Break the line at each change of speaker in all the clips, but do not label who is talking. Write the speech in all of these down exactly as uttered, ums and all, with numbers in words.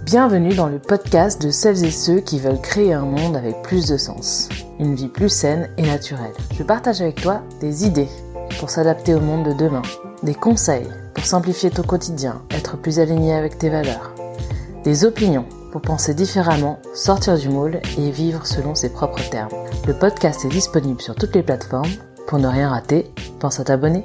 Bienvenue dans le podcast de celles et ceux qui veulent créer un monde avec plus de sens, une vie plus saine et naturelle. Je partage avec toi des idées pour s'adapter au monde de demain, des conseils pour simplifier ton quotidien, être plus aligné avec tes valeurs, des opinions pour penser différemment, sortir du moule et vivre selon ses propres termes. Le podcast est disponible sur toutes les plateformes. Pour ne rien rater, pense à t'abonner.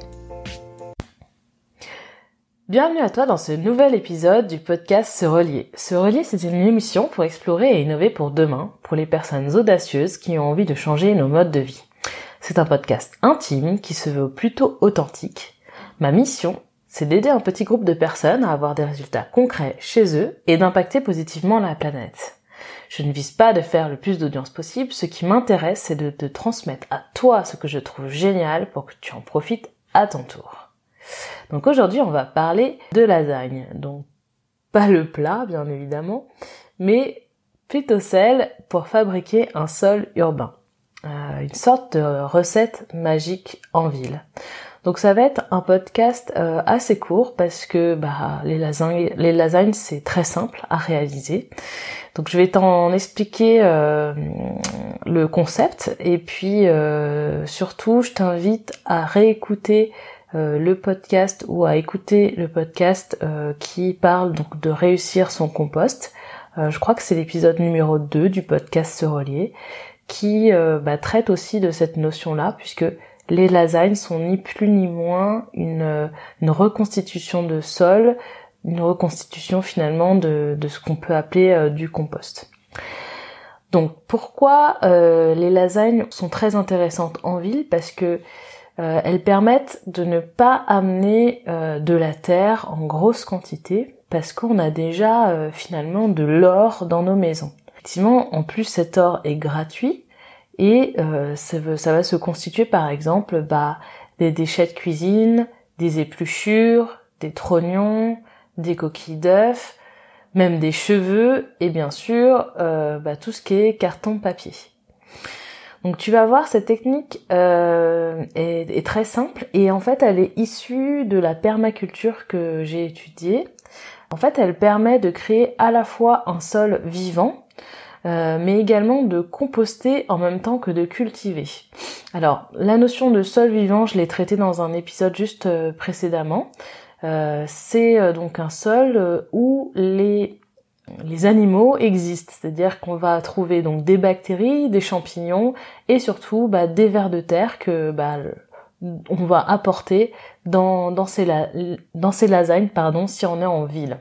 Bienvenue à toi dans ce nouvel épisode du podcast Se Relier. Se Relier, c'est une émission pour explorer et innover pour demain, pour les personnes audacieuses qui ont envie de changer nos modes de vie. C'est un podcast intime qui se veut plutôt authentique. Ma mission, c'est d'aider un petit groupe de personnes à avoir des résultats concrets chez eux et d'impacter positivement la planète. Je ne vise pas de faire le plus d'audience possible, ce qui m'intéresse, c'est de te transmettre à toi ce que je trouve génial pour que tu en profites à ton tour. Donc aujourd'hui, on va parler de lasagne. Donc pas le plat, bien évidemment, mais plutôt celle pour fabriquer un sol urbain. Euh, une sorte de recette magique en ville. Donc ça va être un podcast euh, assez court parce que bah les lasagnes, les lasagnes c'est très simple à réaliser. Donc je vais t'en expliquer euh, le concept et puis euh, surtout je t'invite à réécouter euh, le podcast ou à écouter le podcast euh, qui parle donc de réussir son compost. Euh, je crois que c'est l'épisode numéro deux du podcast Se Relier qui euh, bah, traite aussi de cette notion-là puisque les lasagnes sont ni plus ni moins une, une reconstitution de sol, une reconstitution finalement de, de ce qu'on peut appeler euh, du compost. Donc pourquoi euh, les lasagnes sont très intéressantes en ville ? Parce que euh, elles permettent de ne pas amener euh, de la terre en grosse quantité, parce qu'on a déjà euh, finalement de l'or dans nos maisons. Effectivement, en plus cet or est gratuit, et euh, ça, veut, ça va se constituer par exemple bah, des déchets de cuisine, des épluchures, des trognons, des coquilles d'œufs, même des cheveux et bien sûr euh, bah, tout ce qui est carton papier. Donc tu vas voir, cette technique euh, est, est très simple et en fait elle est issue de la permaculture que j'ai étudiée. En fait elle permet de créer à la fois un sol vivant, Euh, mais également de composter en même temps que de cultiver. Alors, la notion de sol vivant, je l'ai traitée dans un épisode juste euh, précédemment. Euh, c'est euh, donc un sol euh, où les, les animaux existent, c'est-à-dire qu'on va trouver donc des bactéries, des champignons et surtout bah, des vers de terre que bah, le, on va apporter dans, dans, ces, la, dans ces lasagnes pardon, si on est en ville.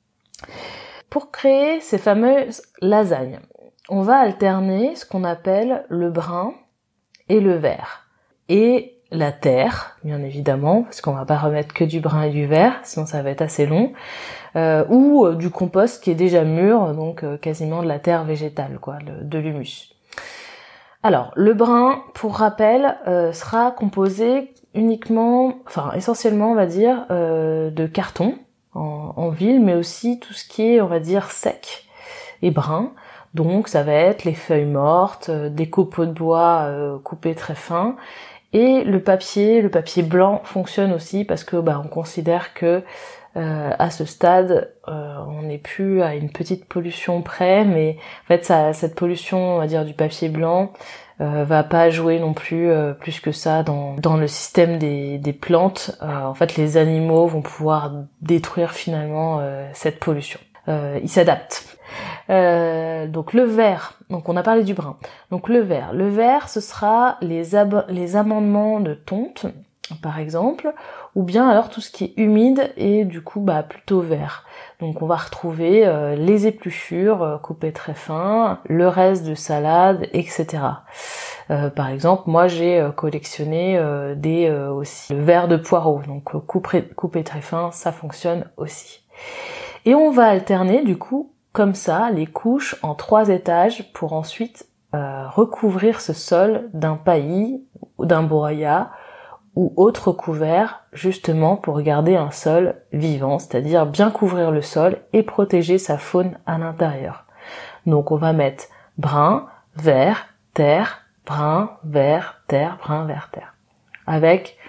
Pour créer ces fameuses lasagnes, on va alterner ce qu'on appelle le brun et le vert. Et la terre, bien évidemment, parce qu'on va pas remettre que du brun et du vert, sinon ça va être assez long, euh, ou euh, du compost qui est déjà mûr, donc euh, quasiment de la terre végétale, quoi, le, de l'humus. Alors, le brun, pour rappel, euh, sera composé uniquement, enfin essentiellement, on va dire, euh, de carton, En, en ville, mais aussi tout ce qui est, on va dire, sec et brun. Donc ça va être les feuilles mortes, euh, des copeaux de bois euh, coupés très fins, et le papier, le papier blanc fonctionne aussi parce que bah on considère que euh, à ce stade euh, on n'est plus à une petite pollution près, mais en fait ça, cette pollution, on va dire, du papier blanc euh, va pas jouer non plus euh, plus que ça dans dans le système des des plantes. Euh, en fait les animaux vont pouvoir détruire finalement euh, cette pollution. Euh, ils s'adaptent. Euh, donc le vert, donc on a parlé du brun. Donc le vert, le vert ce sera les ab- les amendements de tonte par exemple, ou bien alors tout ce qui est humide et du coup bah plutôt vert. Donc on va retrouver euh, les épluchures euh, coupées très fin, le reste de salade, et cetera. Euh, par exemple, moi j'ai euh, collectionné euh, des euh, aussi le vert de poireau, donc euh, coupé, coupé très fin, ça fonctionne aussi. Et on va alterner du coup comme ça les couches en trois étages pour ensuite euh, recouvrir ce sol d'un paillis ou d'un broyat ou autre couvert, justement pour garder un sol vivant, c'est-à-dire bien couvrir le sol et protéger sa faune à l'intérieur. Donc on va mettre brun, vert, terre, brun, vert, terre, brun, vert, terre. Avec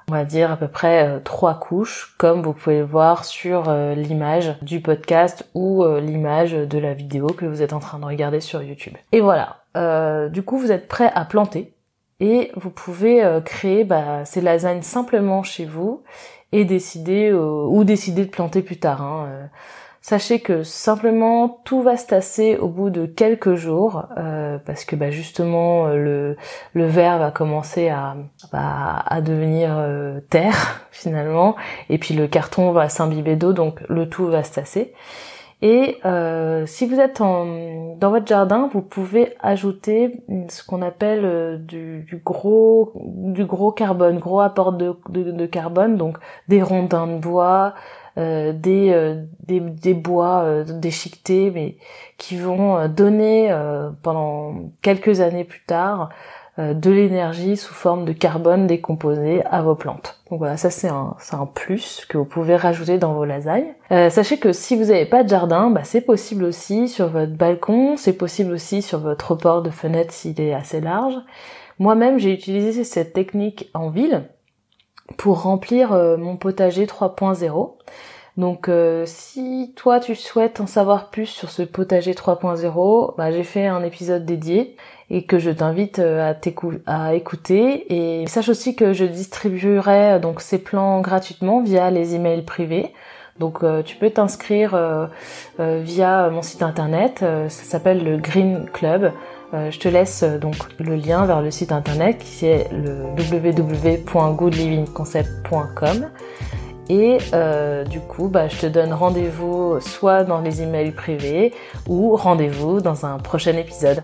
on va dire à peu près euh, trois couches, comme vous pouvez le voir sur euh, l'image du podcast ou euh, l'image de la vidéo que vous êtes en train de regarder sur YouTube. Et voilà, euh, du coup vous êtes prêt à planter et vous pouvez euh, créer bah, ces lasagnes simplement chez vous et décider euh, ou décider de planter plus tard. Hein, euh, Sachez que simplement tout va se tasser au bout de quelques jours euh, parce que bah, justement le le verre va commencer à bah, à devenir euh, terre finalement et puis le carton va s'imbiber d'eau donc le tout va se tasser. Et euh, si vous êtes en, dans votre jardin, vous pouvez ajouter ce qu'on appelle euh, du, du gros du gros carbone, gros apport de, de, de carbone, donc des rondins de bois, euh, des, euh, des des bois euh, déchiquetés, mais qui vont donner euh, pendant quelques années plus tard euh, de l'énergie sous forme de carbone décomposé à vos plantes. Donc voilà, ça c'est un c'est un plus que vous pouvez rajouter dans vos lasagnes. Euh, sachez que si vous n'avez pas de jardin, bah c'est possible aussi sur votre balcon, c'est possible aussi sur votre rebord de fenêtre s'il est assez large. Moi-même, j'ai utilisé cette technique en ville pour remplir euh, mon potager trois point zéro. Donc euh, si toi tu souhaites en savoir plus sur ce potager trois point zéro, bah, j'ai fait un épisode dédié et que je t'invite à, à écouter. Et sache aussi que je distribuerai donc ces plans gratuitement via les emails privés. Donc euh, tu peux t'inscrire euh, euh, via mon site internet, euh, ça s'appelle le Green Club. Euh, je te laisse euh, donc le lien vers le site internet qui est le w w w point good living concept point com. Et euh, du coup, bah, je te donne rendez-vous soit dans les emails privés ou rendez-vous dans un prochain épisode.